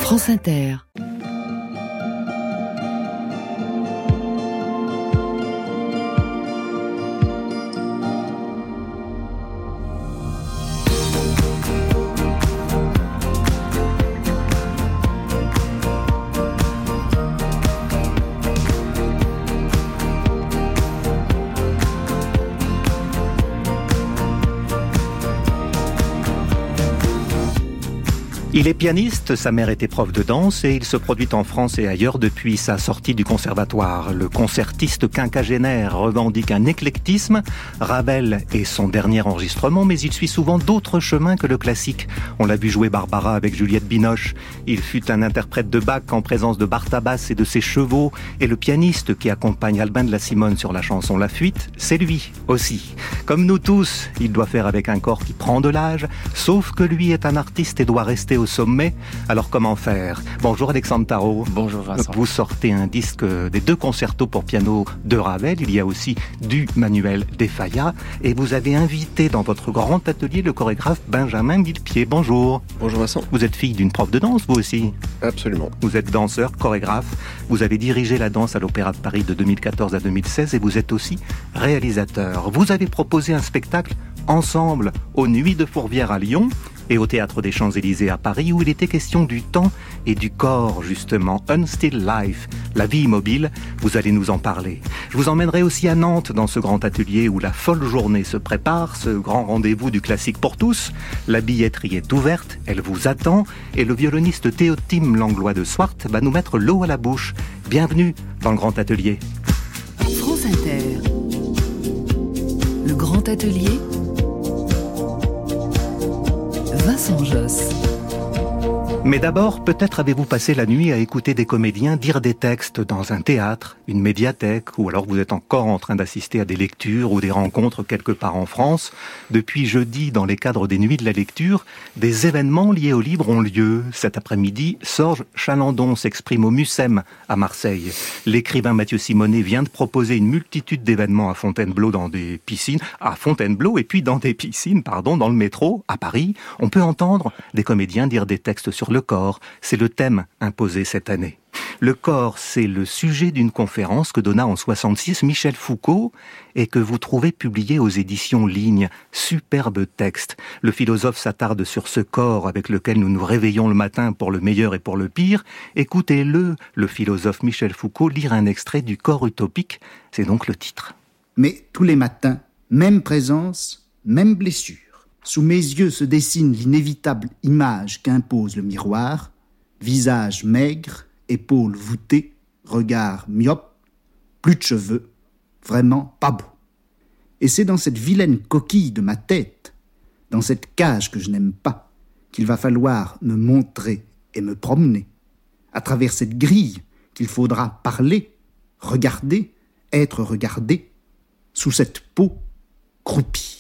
France Inter. Il est pianiste, sa mère était prof de danse et il se produit en France et ailleurs depuis sa sortie du conservatoire. Le concertiste quinquagénaire revendique un éclectisme. Ravel est son dernier enregistrement, mais il suit souvent d'autres chemins que le classique. On l'a vu jouer Barbara avec Juliette Binoche. Il fut un interprète de Bach en présence de Barthabas et de ses chevaux. Et le pianiste qui accompagne Albin de la Simone sur la chanson La Fuite, c'est lui aussi. Comme nous tous, il doit faire avec un corps qui prend de l'âge, sauf que lui est un artiste et doit rester au sommet. Alors comment faire? Bonjour Alexandre Tarot. Bonjour Vincent. Vous sortez un disque des 2 concertos pour piano de Ravel. Il y a aussi du Manuel de Falla. Et vous avez invité dans votre grand atelier le chorégraphe Benjamin Millepied. Bonjour. Bonjour Vincent. Vous êtes fille d'une prof de danse, vous aussi? Absolument. Vous êtes danseur, chorégraphe. Vous avez dirigé la danse à l'Opéra de Paris de 2014 à 2016 et vous êtes aussi réalisateur. Vous avez proposé un spectacle ensemble aux Nuits de Fourvière à Lyon et au Théâtre des Champs-Élysées à Paris, où il était question du temps et du corps, justement. Unstill Life, la vie immobile, vous allez nous en parler. Je vous emmènerai aussi à Nantes, dans ce grand atelier où la folle journée se prépare, ce grand rendez-vous du classique pour tous. La billetterie est ouverte, elle vous attend, et le violoniste Théotime Langlois de Swart va nous mettre l'eau à la bouche. Bienvenue dans le grand atelier. France Inter. Le grand atelier. Vincent Josse. Mais d'abord, peut-être avez-vous passé la nuit à écouter des comédiens dire des textes dans un théâtre, une médiathèque, ou alors vous êtes encore en train d'assister à des lectures ou des rencontres quelque part en France. Depuis jeudi, dans les cadres des Nuits de la Lecture, des événements liés au livre ont lieu. Cet après-midi, Sorge Chalandon s'exprime au Mucem à Marseille. L'écrivain Mathieu Simonet vient de proposer une multitude d'événements à Fontainebleau dans des piscines, et puis dans des piscines, dans le métro, à Paris. On peut entendre des comédiens dire des textes sur le corps, c'est le thème imposé cette année. Le corps, c'est le sujet d'une conférence que donna en 66 Michel Foucault et que vous trouvez publié aux éditions Ligne. Superbe texte. Le philosophe s'attarde sur ce corps avec lequel nous nous réveillons le matin pour le meilleur et pour le pire. Écoutez-le, le philosophe Michel Foucault, lire un extrait du Corps utopique. C'est donc le titre. Mais tous les matins, même présence, même blessure. Sous mes yeux se dessine l'inévitable image qu'impose le miroir, visage maigre, épaules voûtées, regard myope, plus de cheveux, vraiment pas beau. Et c'est dans cette vilaine coquille de ma tête, dans cette cage que je n'aime pas, qu'il va falloir me montrer et me promener. À travers cette grille qu'il faudra parler, regarder, être regardé, sous cette peau, croupir.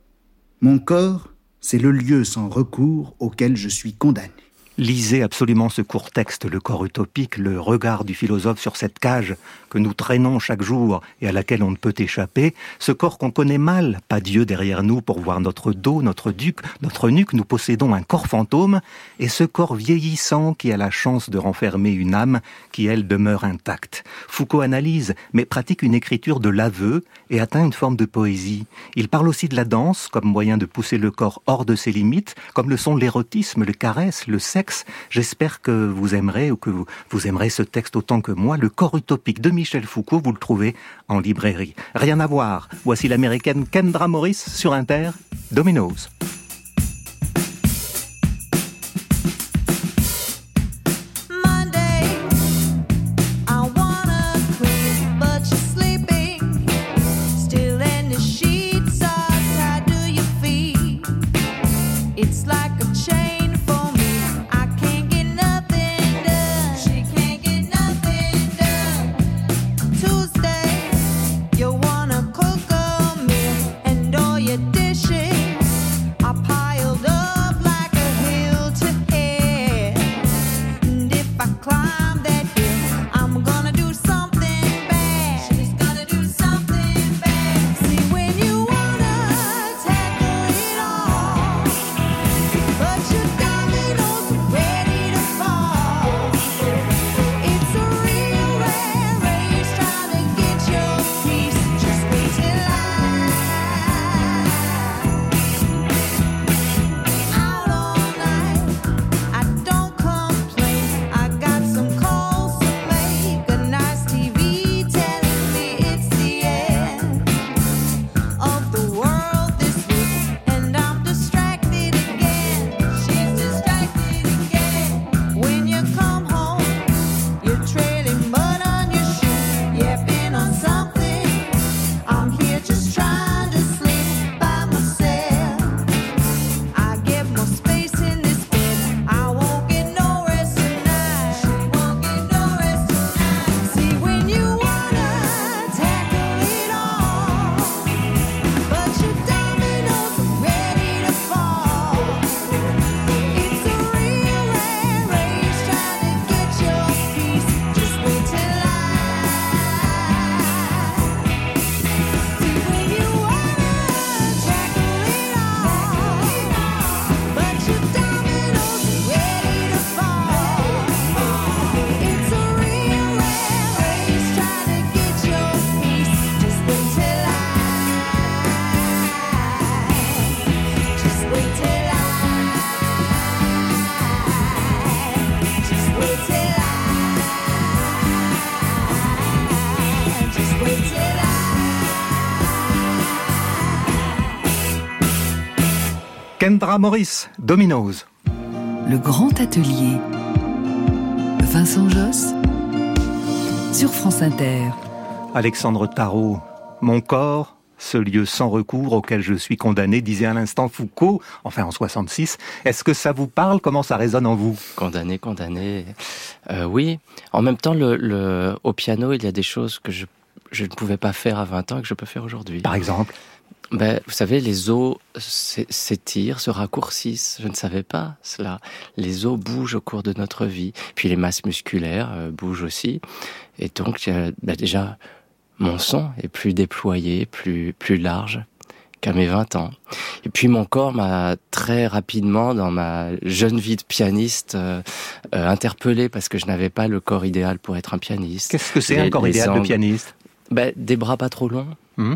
Mon corps, c'est le lieu sans recours auquel je suis condamné. Lisez absolument ce court texte, Le corps utopique, le regard du philosophe sur cette cage que nous traînons chaque jour et à laquelle on ne peut échapper. Ce corps qu'on connaît mal, pas Dieu derrière nous pour voir notre dos, notre nuque, nous possédons un corps fantôme et ce corps vieillissant qui a la chance de renfermer une âme qui, elle, demeure intacte. Foucault analyse, mais pratique une écriture de l'aveu et atteint une forme de poésie. Il parle aussi de la danse comme moyen de pousser le corps hors de ses limites, comme le sont l'érotisme, le caresse, le sexe. J'espère que vous aimerez ou que vous aimerez ce texte autant que moi. Le corps utopique de Michel Foucault, vous le trouvez en librairie. Rien à voir. Voici l'américaine Kendra Morris sur Inter, Dominoes. Tuesday, you wanna cook a meal and all your dishes Kendra Morris, Dominoes. Le grand atelier. Vincent Josse sur France Inter. Alexandre Tarot, mon corps, ce lieu sans recours auquel je suis condamné, disait à l'instant Foucault, enfin en 66. Est-ce que ça vous parle? Comment ça résonne en vous? Condamné. Oui. En même temps, au piano, il y a des choses que je ne pouvais pas faire à 20 ans et que je peux faire aujourd'hui. Par exemple? Vous savez, les os s'étirent, se raccourcissent. Je ne savais pas cela. Les os bougent au cours de notre vie. Puis les masses musculaires bougent aussi. Et donc, déjà, mon son est plus déployé, plus large qu'à mes 20 ans. Et puis mon corps m'a très rapidement, dans ma jeune vie de pianiste, interpellé parce que je n'avais pas le corps idéal pour être un pianiste. Qu'est-ce que c'est un corps idéal de pianiste? Des bras pas trop longs,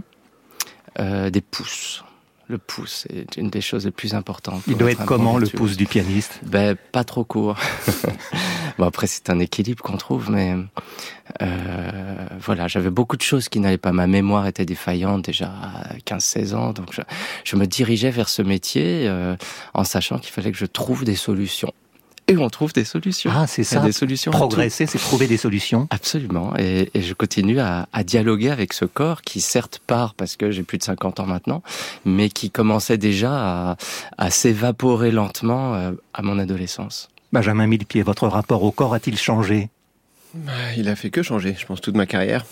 des pouces. Le pouce est une des choses les plus importantes. Il doit être comment, le pouce du pianiste? Pas trop court. Après, c'est un équilibre qu'on trouve, mais voilà, j'avais beaucoup de choses qui n'allaient pas. Ma mémoire était défaillante déjà à 15-16 ans, donc je me dirigeais vers ce métier en sachant qu'il fallait que je trouve des solutions. Et on trouve des solutions. Ah, c'est ça. Des solutions. Progresser, c'est trouver des solutions. Absolument. Et je continue à dialoguer avec ce corps qui, certes, part parce que j'ai plus de 50 ans maintenant, mais qui commençait déjà à s'évaporer lentement à mon adolescence. Benjamin Millepied, votre rapport au corps a-t-il changé? Il a fait que changer, je pense, toute ma carrière.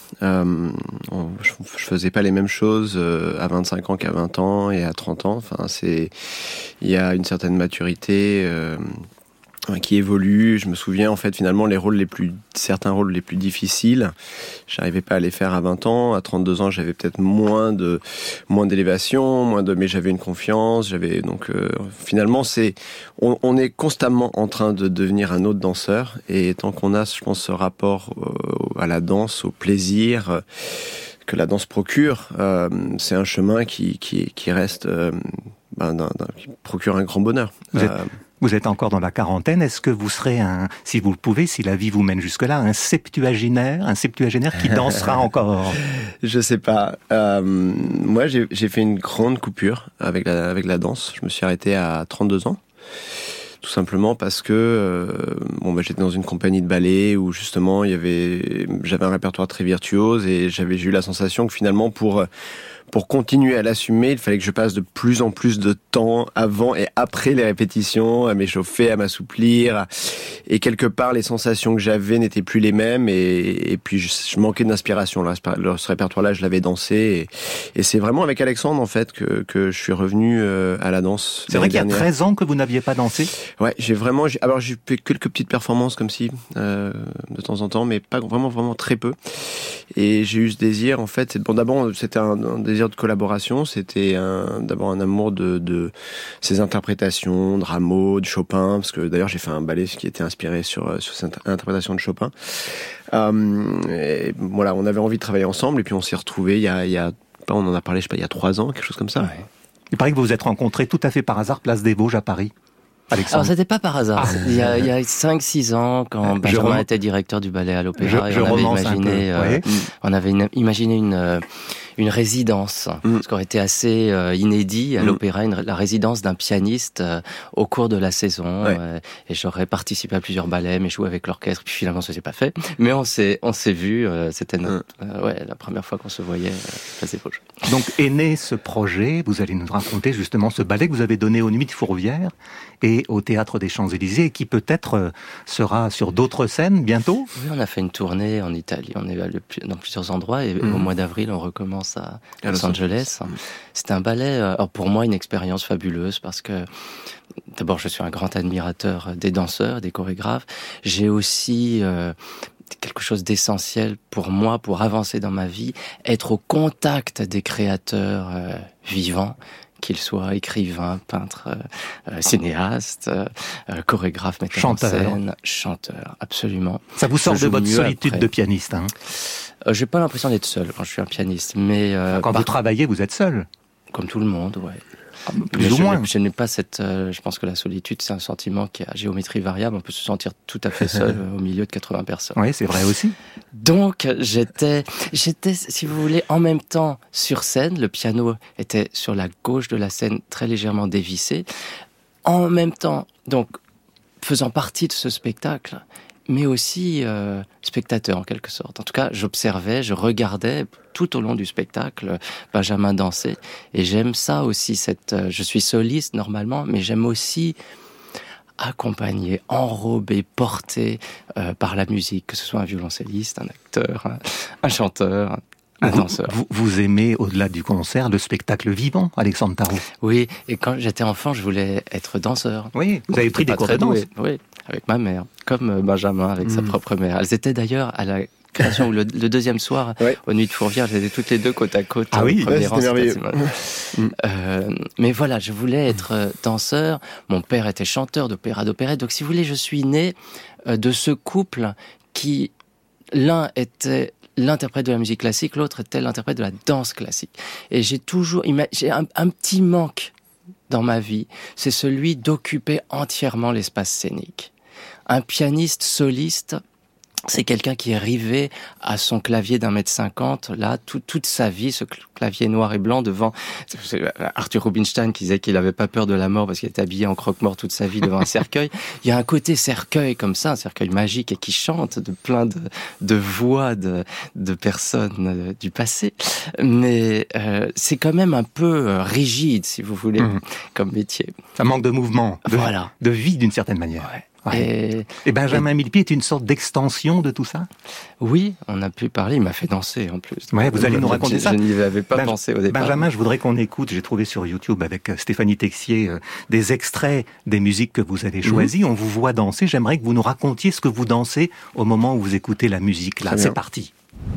Je faisais pas les mêmes choses à 25 ans qu'à 20 ans et à 30 ans. Enfin, il y a une certaine maturité qui évolue. Je me souviens, en fait, finalement, certains rôles les plus difficiles, j'arrivais pas à les faire à 20 ans. À 32 ans, j'avais peut-être moins d'élévation, mais j'avais une confiance. Finalement, on est constamment en train de devenir un autre danseur. Et tant qu'on a, je pense, ce rapport à la danse, au plaisir que la danse procure, c'est un chemin qui reste, qui procure un grand bonheur. Vous êtes encore dans la quarantaine. Est-ce que vous serez si vous le pouvez, si la vie vous mène jusque-là, un septuagénaire qui dansera encore? Je sais pas. Moi, j'ai fait une grande coupure avec la danse. Je me suis arrêté à 32 ans. Tout simplement parce que j'étais dans une compagnie de ballet où justement j'avais un répertoire très virtuose et j'ai eu la sensation que finalement pour continuer à l'assumer, il fallait que je passe de plus en plus de temps avant et après les répétitions, à m'échauffer, à m'assouplir. Et quelque part, les sensations que j'avais n'étaient plus les mêmes. Et puis, je manquais d'inspiration. Ce répertoire-là, je l'avais dansé. Et c'est vraiment avec Alexandre, en fait, que je suis revenu à la danse. C'est vrai qu'il y a 13 ans que vous n'aviez pas dansé? Ouais, j'ai fait quelques petites performances comme si, de temps en temps, mais pas vraiment très peu. Et j'ai eu ce désir, en fait. D'abord, c'était un désir de collaboration, c'était d'abord un amour de ses interprétations, de Rameau, de Chopin, parce que d'ailleurs j'ai fait un ballet qui était inspiré sur cette interprétation de Chopin. Et voilà, on avait envie de travailler ensemble, et puis on s'est retrouvés on en a parlé, il y a 3 ans, quelque chose comme ça. Ouais. Il paraît que vous vous êtes rencontrés tout à fait par hasard, place des Vosges à Paris. Alexandre. Alors, c'était pas par hasard. Il y a 5-6 ans, quand Benjamin était directeur du ballet à l'Opéra, on avait imaginé une résidence, ce qui aurait été assez inédit à l'Opéra, la résidence d'un pianiste au cours de la saison. Et j'aurais participé à plusieurs ballets, mais joué avec l'orchestre. Puis finalement, ça s'est pas fait. Mais on s'est vu. C'était la première fois qu'on se voyait place des Vosges. Donc est né ce projet. Vous allez nous raconter justement ce ballet que vous avez donné aux Nuits de Fourvière et au Théâtre des Champs-Élysées, et qui peut-être sera sur d'autres scènes bientôt. Oui, on a fait une tournée en Italie. On est allé dans plusieurs endroits, et au mois d'avril, on recommence à Los Angeles. C'était un ballet, alors pour moi, une expérience fabuleuse, parce que d'abord, je suis un grand admirateur des danseurs, des chorégraphes. J'ai aussi quelque chose d'essentiel pour moi, pour avancer dans ma vie, être au contact des créateurs vivants, qu'ils soient écrivains, peintres, cinéastes, chorégraphes, metteurs en scène, chanteurs, absolument. Ça vous sort de votre solitude de pianiste, hein? J'ai pas l'impression d'être seul quand je suis un pianiste, mais quand vous travaillez, vous êtes seul. Comme tout le monde, ouais. Plus ou moins. Je n'ai pas cette. Je pense que la solitude, c'est un sentiment qui a géométrie variable. On peut se sentir tout à fait seul au milieu de 80 personnes. Oui, c'est vrai aussi. Donc, j'étais, si vous voulez, en même temps sur scène. Le piano était sur la gauche de la scène, très légèrement dévissé. En même temps, donc, faisant partie de ce spectacle, mais aussi spectateur en quelque sorte. En tout cas, j'observais, je regardais tout au long du spectacle Benjamin danser, et j'aime ça aussi. Je suis soliste normalement, mais j'aime aussi accompagner, enrober, porter par la musique, que ce soit un violoncelliste, un acteur, un chanteur, un danseur. Vous aimez, au-delà du concert, le spectacle vivant, Alexandre Tarot. Oui, et quand j'étais enfant, je voulais être danseur. Oui, vous avez pris des cours de danse. Oui, avec ma mère, comme Benjamin avec sa propre mère. Elles étaient d'ailleurs à la création, le deuxième soir, aux Nuits de Fourvière, elles étaient toutes les deux côte à côte. Ah oui, c'était merveilleux. Mais voilà, je voulais être danseur. Mon père était chanteur d'opéra, d'opérette. Donc si vous voulez, je suis né de ce couple qui, l'un était l'interprète de la musique classique, l'autre était l'interprète de la danse classique. Et j'ai un petit manque dans ma vie, c'est celui d'occuper entièrement l'espace scénique. Un pianiste soliste, c'est quelqu'un qui est rivé à son clavier d'1,50 m, là, toute sa vie, ce clavier noir et blanc devant. C'est Arthur Rubinstein qui disait qu'il n'avait pas peur de la mort parce qu'il était habillé en croque-mort toute sa vie devant un cercueil. Il y a un côté cercueil comme ça, un cercueil magique et qui chante de plein de voix de personnes du passé. Mais c'est quand même un peu rigide, si vous voulez, comme métier. Ça manque de mouvement, de vie d'une certaine manière. Ouais. Ouais. Et Benjamin Millepied est une sorte d'extension de tout ça ? Oui, on a pu parler, il m'a fait danser en plus. Ouais, vous allez nous raconter ça. Je n'y avais pas pensé au départ. Benjamin, je voudrais qu'on écoute, j'ai trouvé sur YouTube avec Stéphanie Texier des extraits des musiques que vous avez choisies. On vous voit danser, j'aimerais que vous nous racontiez ce que vous dansez au moment où vous écoutez la musique. Là, c'est parti.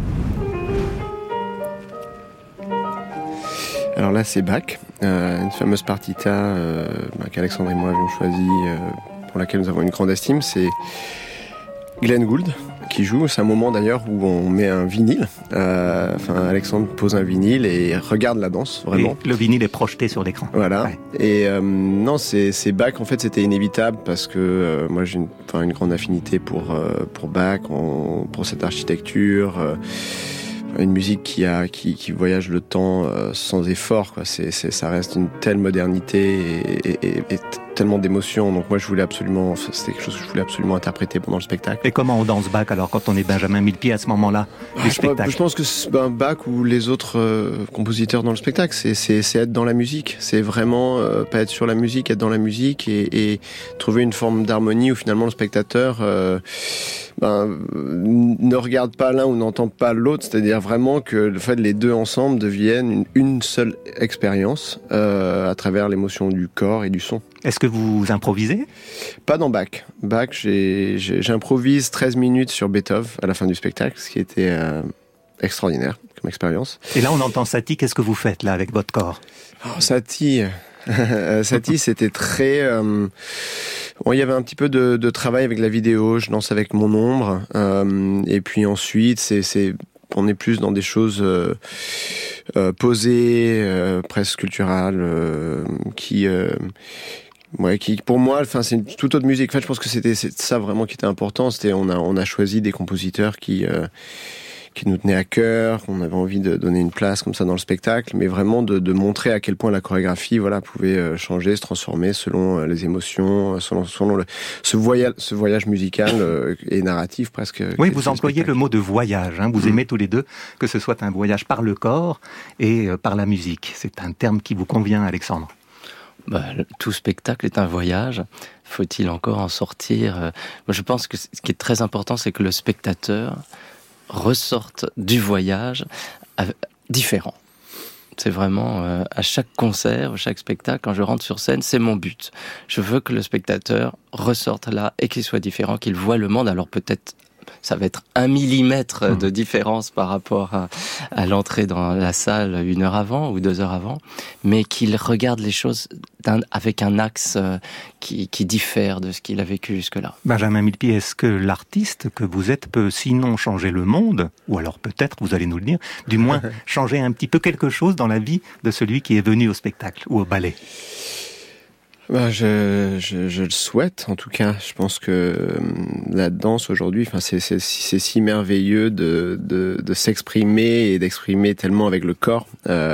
Alors là, c'est Bach, une fameuse partita qu'Alexandre et moi avions choisie, pour laquelle nous avons une grande estime. C'est Glenn Gould qui joue. C'est un moment d'ailleurs où on met un vinyle. Alexandre pose un vinyle et regarde la danse, vraiment. Et le vinyle est projeté sur l'écran. Voilà. Ouais. Et non, c'est Bach. En fait, c'était inévitable parce que moi, j'ai une grande affinité pour Bach, pour cette architecture. Une musique qui voyage le temps sans effort, quoi. Ça reste une telle modernité et tellement d'émotions. Donc moi, c'était quelque chose que je voulais absolument interpréter pendant le spectacle. Et comment on danse Bach alors quand on est Benjamin Millepied à ce moment-là du spectacle ? Je pense que Bach ou les autres compositeurs dans le spectacle, c'est être dans la musique. C'est vraiment pas être sur la musique, être dans la musique et trouver une forme d'harmonie où finalement le spectateur ne regarde pas l'un ou n'entend pas l'autre, c'est-à-dire vraiment que le fait les deux ensemble deviennent une seule expérience à travers l'émotion du corps et du son. Est-ce que vous improvisez ? Pas dans Bach. Bach, j'improvise 13 minutes sur Beethoven à la fin du spectacle, ce qui était extraordinaire comme expérience. Et là, on entend Satie. Qu'est-ce que vous faites là avec votre corps ? Satie, c'était très... il y avait un petit peu de travail avec la vidéo. Je danse avec mon ombre. Et puis ensuite, on est plus dans des choses posées, presque sculpturales, qui pour moi, c'est une toute autre musique. En fait, je pense que c'est ça vraiment qui était important. On a choisi des compositeurs qui nous tenaient à cœur, qu'on avait envie de donner une place comme ça dans le spectacle, mais vraiment de montrer à quel point la chorégraphie, pouvait changer, se transformer selon les émotions, selon ce voyage musical et narratif presque. Oui, vous employez le mot de voyage. Vous aimez tous les deux que ce soit un voyage par le corps et par la musique. C'est un terme qui vous convient, Alexandre. Tout spectacle est un voyage. Faut-il encore en sortir ? Je pense que ce qui est très important, c'est que le spectateur ressorte du voyage différent. C'est vraiment à chaque concert, à chaque spectacle, quand je rentre sur scène, c'est mon but. Je veux que le spectateur ressorte là et qu'il soit différent, qu'il voit le monde, alors peut-être ça va être 1 millimètre de différence par rapport à l'entrée dans la salle 1 heure avant ou 2 heures avant, mais qu'il regarde les choses avec un axe qui diffère de ce qu'il a vécu jusque-là. Benjamin Millepied, est-ce que l'artiste que vous êtes peut sinon changer le monde, ou alors peut-être, vous allez nous le dire, du moins changer un petit peu quelque chose dans la vie de celui qui est venu au spectacle ou au ballet? Je le souhaite, en tout cas. Je pense que la danse aujourd'hui, c'est si merveilleux de s'exprimer et d'exprimer tellement avec le corps.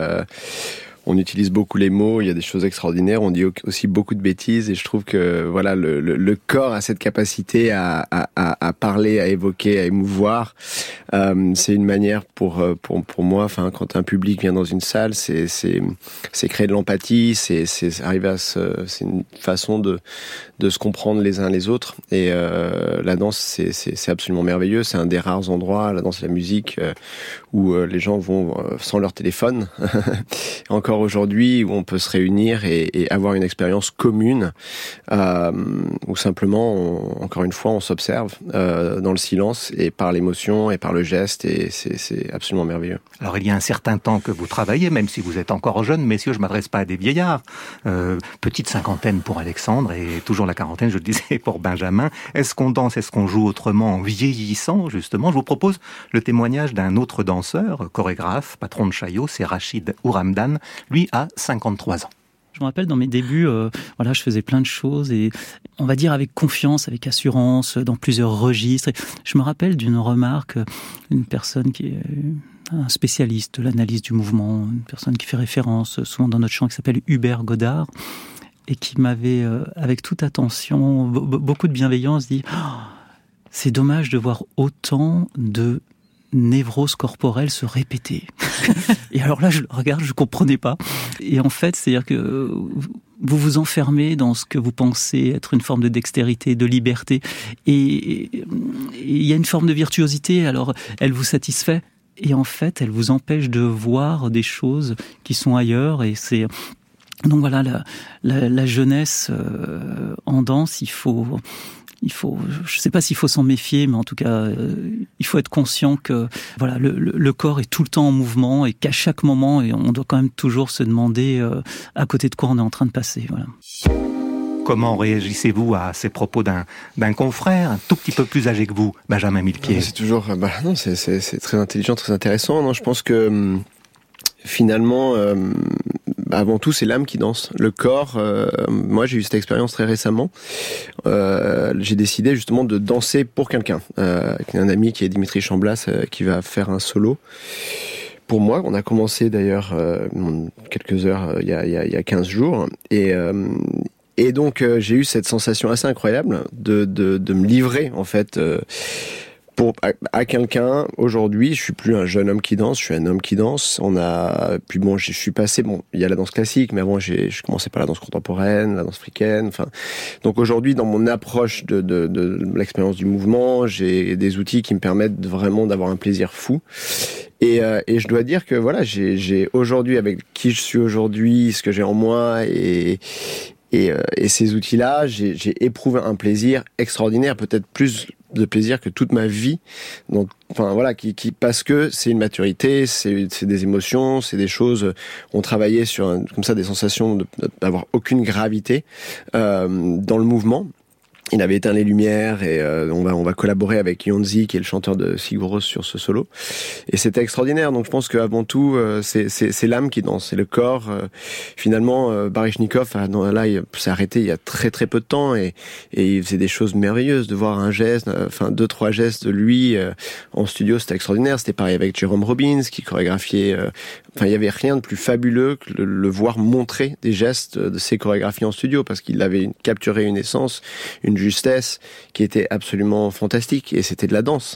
On utilise beaucoup les mots, il y a des choses extraordinaires, on dit aussi beaucoup de bêtises, et je trouve que voilà, le corps a cette capacité à parler, à évoquer, à émouvoir. C'est une manière pour moi, quand un public vient dans une salle, c'est créer de l'empathie, c'est arriver c'est une façon de se comprendre les uns les autres. Et la danse, c'est absolument merveilleux. C'est un des rares endroits, la danse et la musique, où les gens vont sans leur téléphone. Encore aujourd'hui, où on peut se réunir et avoir une expérience commune, où simplement, encore une fois, on s'observe dans le silence et par l'émotion et par le geste, et c'est absolument merveilleux. Alors il y a un certain temps que vous travaillez, même si vous êtes encore jeune, messieurs, je m'adresse pas à des vieillards. Petite cinquantaine pour Alexandre et toujours la quarantaine, je le disais, pour Benjamin. Est-ce qu'on danse, est-ce qu'on joue autrement en vieillissant, justement? Je vous propose le témoignage d'un autre danseur, chorégraphe, patron de Chaillot, c'est Rachid Ouramdan. Lui a 53 ans. Je me rappelle dans mes débuts, je faisais plein de choses et on va dire avec confiance, avec assurance, dans plusieurs registres. Et je me rappelle d'une remarque, une personne qui est un spécialiste de l'analyse du mouvement, une personne qui fait référence souvent dans notre champ, qui s'appelle Hubert Godard, et qui m'avait, avec toute attention, beaucoup de bienveillance, dit « C'est dommage de voir autant de névrose corporelle se répéter. » Et alors là, je le regarde, je comprenais pas. Et en fait, c'est-à-dire que vous vous enfermez dans ce que vous pensez être une forme de dextérité, de liberté. Et il y a une forme de virtuosité, alors elle vous satisfait. Et en fait, elle vous empêche de voir des choses qui sont ailleurs. Et c'est... Donc voilà, la jeunesse en danse, il faut, je sais pas s'il faut s'en méfier, mais en tout cas, il faut être conscient que voilà, le corps est tout le temps en mouvement et qu'à chaque moment, et on doit quand même toujours se demander à côté de quoi on est en train de passer. Voilà. Comment réagissez-vous à ces propos d'un confrère un tout petit peu plus âgé que vous, Benjamin Millepied? C'est toujours, c'est très intelligent, très intéressant. Non, je pense que finalement, avant tout, c'est l'âme qui danse. Le corps, moi j'ai eu cette expérience très récemment. J'ai décidé justement de danser pour quelqu'un. Avec un ami qui est Dimitri Chamblas, qui va faire un solo. Pour moi, on a commencé d'ailleurs quelques heures, il y a 15 jours. Et donc j'ai eu cette sensation assez incroyable de me livrer en fait à quelqu'un. Aujourd'hui, je suis plus un jeune homme qui danse, je suis un homme qui danse. Je suis passé, il y a la danse classique, mais avant je commençais par la danse contemporaine, la danse africaine. Donc aujourd'hui, dans mon approche de l'expérience du mouvement, j'ai des outils qui me permettent vraiment d'avoir un plaisir fou. Et je dois dire que voilà, j'ai aujourd'hui, avec qui je suis aujourd'hui, ce que j'ai en moi et ces outils-là, j'ai éprouvé un plaisir extraordinaire, peut-être plus de plaisir que toute ma vie. Donc, parce que c'est une maturité, c'est des émotions, c'est des choses. On travaillait sur comme ça des sensations d'avoir aucune gravité dans le mouvement. Il avait éteint les lumières et on va collaborer avec Yonzi, qui est le chanteur de Sigur Rós, sur ce solo. Et c'était extraordinaire. Donc je pense qu'avant tout, c'est l'âme qui danse, c'est le corps. Finalement, Baryshnikov, il s'est arrêté il y a très très peu de temps et il faisait des choses merveilleuses. De voir un geste, 2-3 gestes de lui en studio, c'était extraordinaire. C'était pareil avec Jerome Robbins qui chorégraphiait. Il y avait rien de plus fabuleux que le voir montrer des gestes de ses chorégraphies en studio, parce qu'il avait capturé une essence, une justesse qui était absolument fantastique, et c'était de la danse.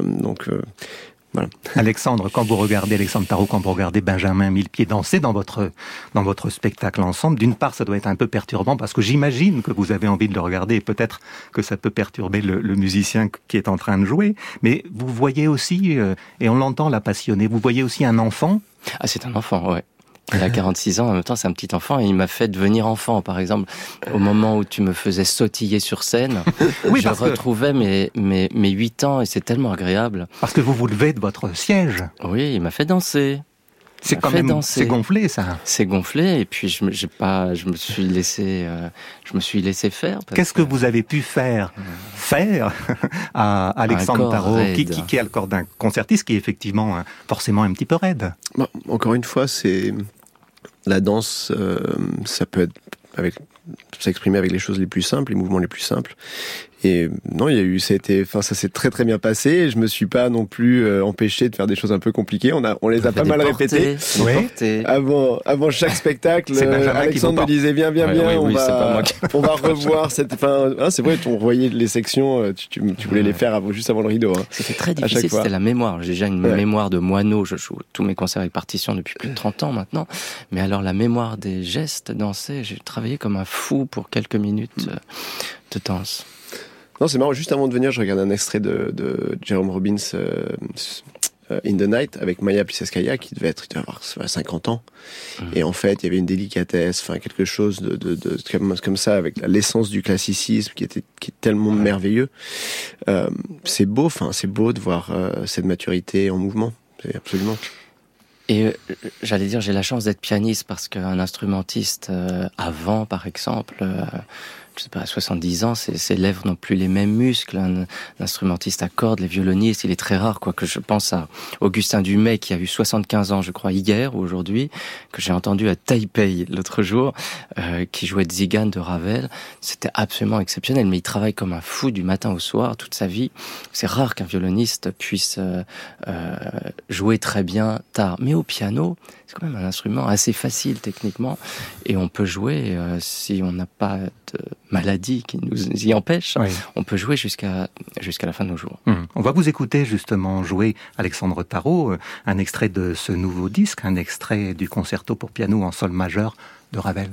Voilà. Alexandre Tarot, quand vous regardez Benjamin Millepied danser dans votre spectacle ensemble, d'une part, ça doit être un peu perturbant parce que j'imagine que vous avez envie de le regarder et peut-être que ça peut perturber le musicien qui est en train de jouer. Mais vous voyez aussi, et on l'entend la passionner, vous voyez aussi un enfant. Ah, c'est un enfant, ouais. Il a 46 ans, en même temps c'est un petit enfant, et il m'a fait devenir enfant. Par exemple, au moment où tu me faisais sautiller sur scène, oui, je retrouvais mes 8 ans, et c'est tellement agréable. Parce que vous levez de votre siège. Oui, il m'a fait danser. C'est quand même, c'est gonflé, ça. C'est gonflé, et puis je me suis laissé faire. Qu'est-ce que vous avez pu faire à Alexandre Tarot, qui a le corps d'un concertiste, qui est effectivement forcément un petit peu raide. Bon, encore une fois, c'est la danse, ça peut être s'exprimer avec les choses les plus simples, les mouvements les plus simples. Et non, ça s'est très très bien passé. Je me suis pas non plus empêché de faire des choses un peu compliquées. On les a pas mal répétées. Avant chaque spectacle, Alexandre me disait bien, on va revoir cette. C'est vrai, on voyait les sections. Tu voulais les faire juste avant le rideau. Hein. C'était très difficile. C'était la mémoire. J'ai déjà une mémoire de moineau. Je joue tous mes concerts avec partition depuis plus de 30 ans maintenant. Mais alors la mémoire des gestes dansés, j'ai travaillé comme un fou pour quelques minutes de danse. Non, c'est marrant. Juste avant de venir, je regardais un extrait de Jerome Robbins, In the Night, avec Maya Pliskaya, qui devait avoir 50 ans. Et en fait, il y avait une délicatesse, quelque chose de comme ça, avec l'essence du classicisme qui est tellement merveilleux. C'est beau de voir cette maturité en mouvement. C'est absolument. Et j'allais dire, j'ai la chance d'être pianiste, parce qu'un instrumentiste avant, par exemple, je sais pas, à 70 ans, ses lèvres n'ont plus les mêmes muscles. Un instrumentiste à cordes, les violonistes, il est très rare, quoique je pense à Augustin Dumay, qui a eu 75 ans, je crois, hier ou aujourd'hui, que j'ai entendu à Taipei l'autre jour, qui jouait Tzigane de Ravel. C'était absolument exceptionnel, mais il travaille comme un fou du matin au soir, toute sa vie. C'est rare qu'un violoniste puisse jouer très bien tard. Mais au piano, c'est quand même un instrument assez facile techniquement, et on peut jouer, si on n'a pas de maladie qui nous y empêche, on peut jouer jusqu'à la fin de nos jours. On va vous écouter justement jouer Alexandre Tarot, un extrait de ce nouveau disque, un extrait du concerto pour piano en sol majeur de Ravel.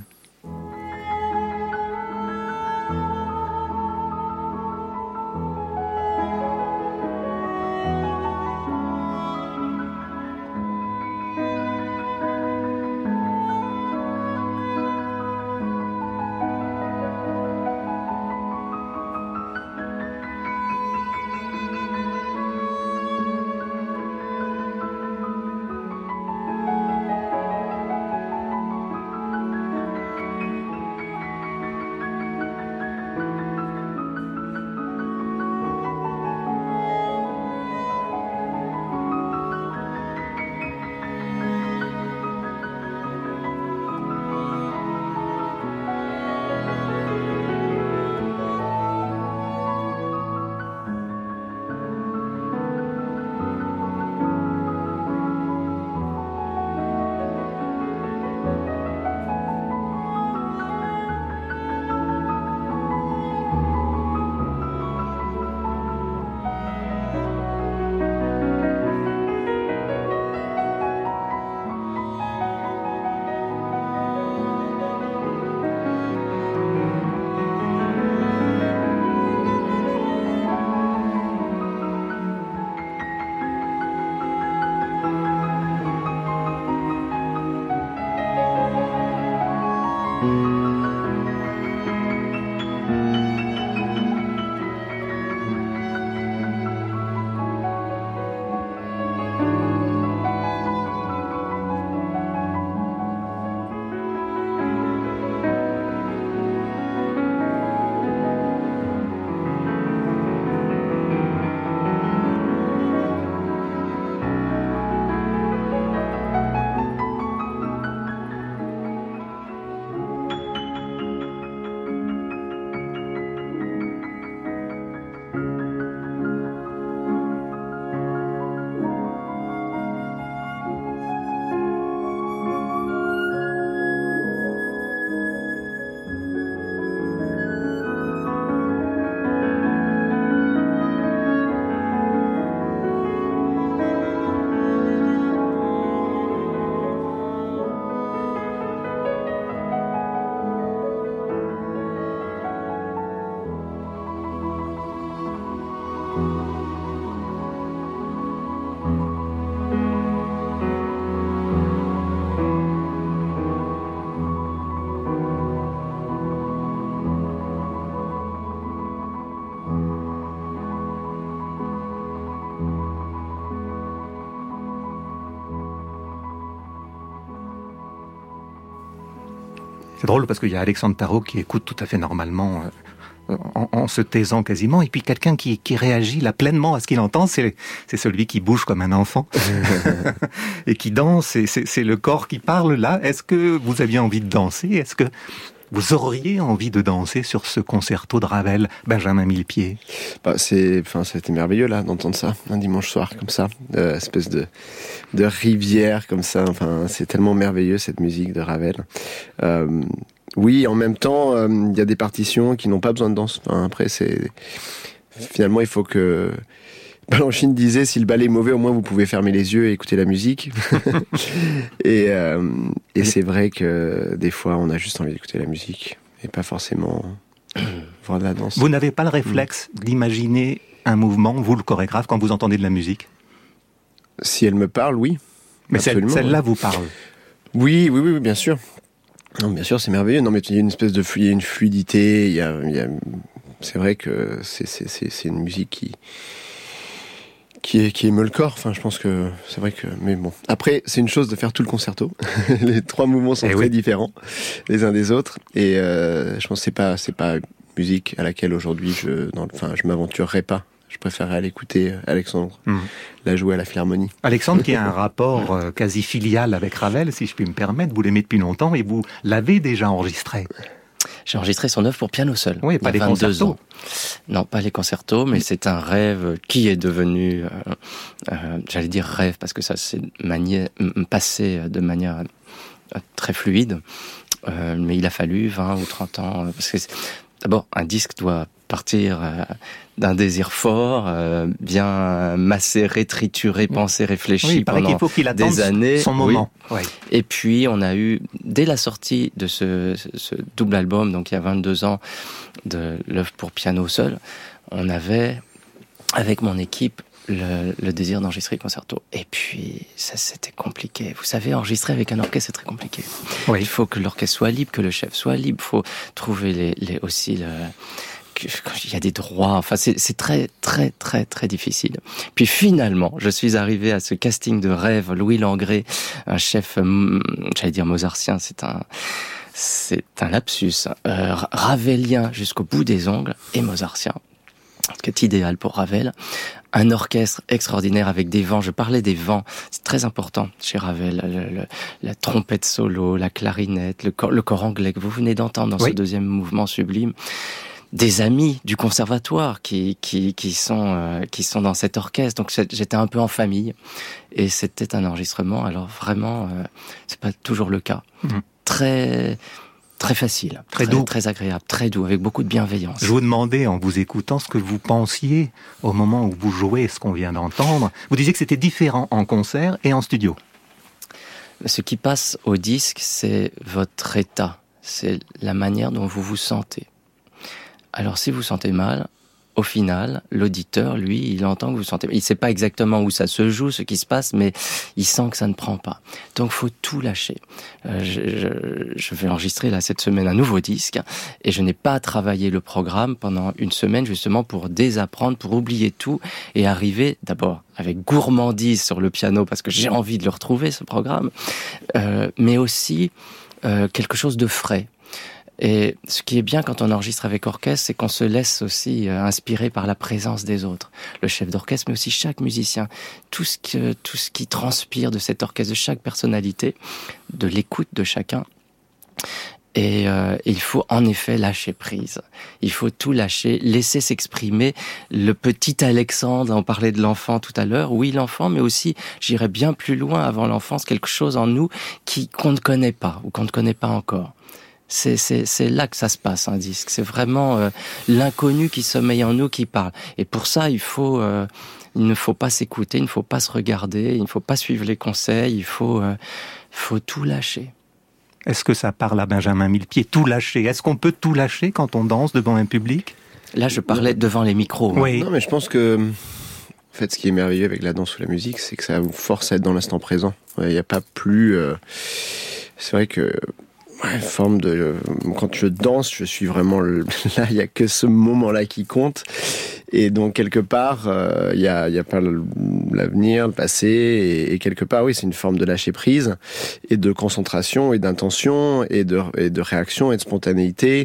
C'est drôle parce qu'il y a Alexandre Tarot qui écoute tout à fait normalement, en se taisant quasiment, et puis quelqu'un qui réagit là pleinement à ce qu'il entend, c'est celui qui bouge comme un enfant et qui danse, et c'est le corps qui parle là. Est-ce que vous aviez envie de danser? Est-ce que vous auriez envie de danser sur ce concerto de Ravel, Benjamin Millepied? C'était merveilleux là d'entendre ça un dimanche soir comme ça, espèce de rivière comme ça. Enfin, c'est tellement merveilleux cette musique de Ravel. Oui, en même temps, il y a des partitions qui n'ont pas besoin de danse. Enfin, après, finalement, il faut que... Balanchine disait, si le ballet est mauvais, au moins vous pouvez fermer les yeux et écouter la musique. et c'est vrai que des fois, on a juste envie d'écouter la musique et pas forcément voir de la danse. Vous n'avez pas le réflexe d'imaginer un mouvement, vous le chorégraphe, quand vous entendez de la musique? Si elle me parle, oui. Mais celle-là vous parle? Oui, bien sûr. Non, bien sûr, c'est merveilleux. Non, mais il y a une espèce de une fluidité. C'est vrai que c'est une musique qui émeut le corps. Enfin, je pense que c'est vrai que. Mais bon. Après, c'est une chose de faire tout le concerto. Les 3 mouvements sont très différents les uns des autres. Et je pense que c'est pas une musique à laquelle aujourd'hui je m'aventurerais pas. Je préférerais aller écouter Alexandre la jouer à la Philharmonie. Alexandre qui a un rapport quasi filial avec Ravel, si je puis me permettre, vous l'aimez depuis longtemps et vous l'avez déjà enregistré. J'ai enregistré son œuvre pour piano seul. Oui, pas les concertos. Non, pas les concertos, mais c'est un rêve qui est devenu, j'allais dire rêve, parce que ça s'est passé de manière très fluide. Mais il a fallu 20 ou 30 ans. Parce que d'abord, un disque doit partir d'un désir fort, bien macéré, trituré, pensé, réfléchi pendant des années. Son moment. Oui. Oui. Et puis, on a eu, dès la sortie de ce double album, donc il y a 22 ans, de l'œuvre pour piano seul, on avait, avec mon équipe, le désir d'enregistrer le concerto. Et puis, ça, c'était compliqué. Vous savez, enregistrer avec un orchestre, c'est très compliqué. Oui. Il faut que l'orchestre soit libre, que le chef soit libre. Il faut trouver il y a des droits. Enfin, c'est très, très, très, très difficile. Puis finalement, je suis arrivé à ce casting de rêve. Louis Langrée, un chef, j'allais dire mozartien, c'est un lapsus. Ravelien jusqu'au bout des ongles et mozartien. Ce qui est idéal pour Ravel. Un orchestre extraordinaire avec des vents. Je parlais des vents. C'est très important chez Ravel. La trompette solo, la clarinette, le cor anglais que vous venez d'entendre dans ce deuxième mouvement sublime. Des amis du conservatoire qui sont dans cet orchestre. Donc j'étais un peu en famille. Et c'était un enregistrement. Alors vraiment, c'est pas toujours le cas. Très... Très facile, très doux, très agréable, très doux, avec beaucoup de bienveillance. Je vous demandais, en vous écoutant, ce que vous pensiez au moment où vous jouez ce qu'on vient d'entendre. Vous disiez que c'était différent en concert et en studio. Ce qui passe au disque, c'est votre état, c'est la manière dont vous vous sentez. Alors si vous sentez mal, au final, l'auditeur, lui, il entend que vous sentez... Il ne sait pas exactement où ça se joue, ce qui se passe, mais il sent que ça ne prend pas. Donc, il faut tout lâcher. Je vais enregistrer, là, cette semaine, un nouveau disque, et je n'ai pas travaillé le programme pendant une semaine, justement, pour désapprendre, pour oublier tout, et arriver, d'abord, avec gourmandise sur le piano, parce que j'ai envie de le retrouver, ce programme, mais aussi quelque chose de frais. Et ce qui est bien quand on enregistre avec orchestre, c'est qu'on se laisse aussi inspirer par la présence des autres. Le chef d'orchestre, mais aussi chaque musicien. Tout ce qui transpire de cet orchestre, de chaque personnalité, de l'écoute de chacun. Et il faut en effet lâcher prise. Il faut tout lâcher, laisser s'exprimer. Le petit Alexandre, on parlait de l'enfant tout à l'heure. Oui, l'enfant, mais aussi, j'irais bien plus loin avant l'enfance, quelque chose en nous qu'on ne connaît pas, ou qu'on ne connaît pas encore. C'est là que ça se passe, un disque. C'est vraiment l'inconnu qui sommeille en nous qui parle. Et pour ça, il ne faut pas s'écouter, il ne faut pas se regarder, il ne faut pas suivre les conseils, il faut tout lâcher. Est-ce que ça parle à Benjamin Millepied, tout lâcher? Est-ce qu'on peut tout lâcher quand on danse devant un public? Là, je parlais devant les micros. Oui. Non, mais je pense que... En fait, ce qui est merveilleux avec la danse ou la musique, c'est que ça vous force à être dans l'instant présent. Il n'y a pas plus... C'est vrai que... forme de... Quand je danse, je suis vraiment là, il n'y a que ce moment-là qui compte. Et donc, quelque part, il y a pas l'avenir, le passé, et quelque part, oui, c'est une forme de lâcher prise, et de concentration, et d'intention, et de réaction, et de spontanéité.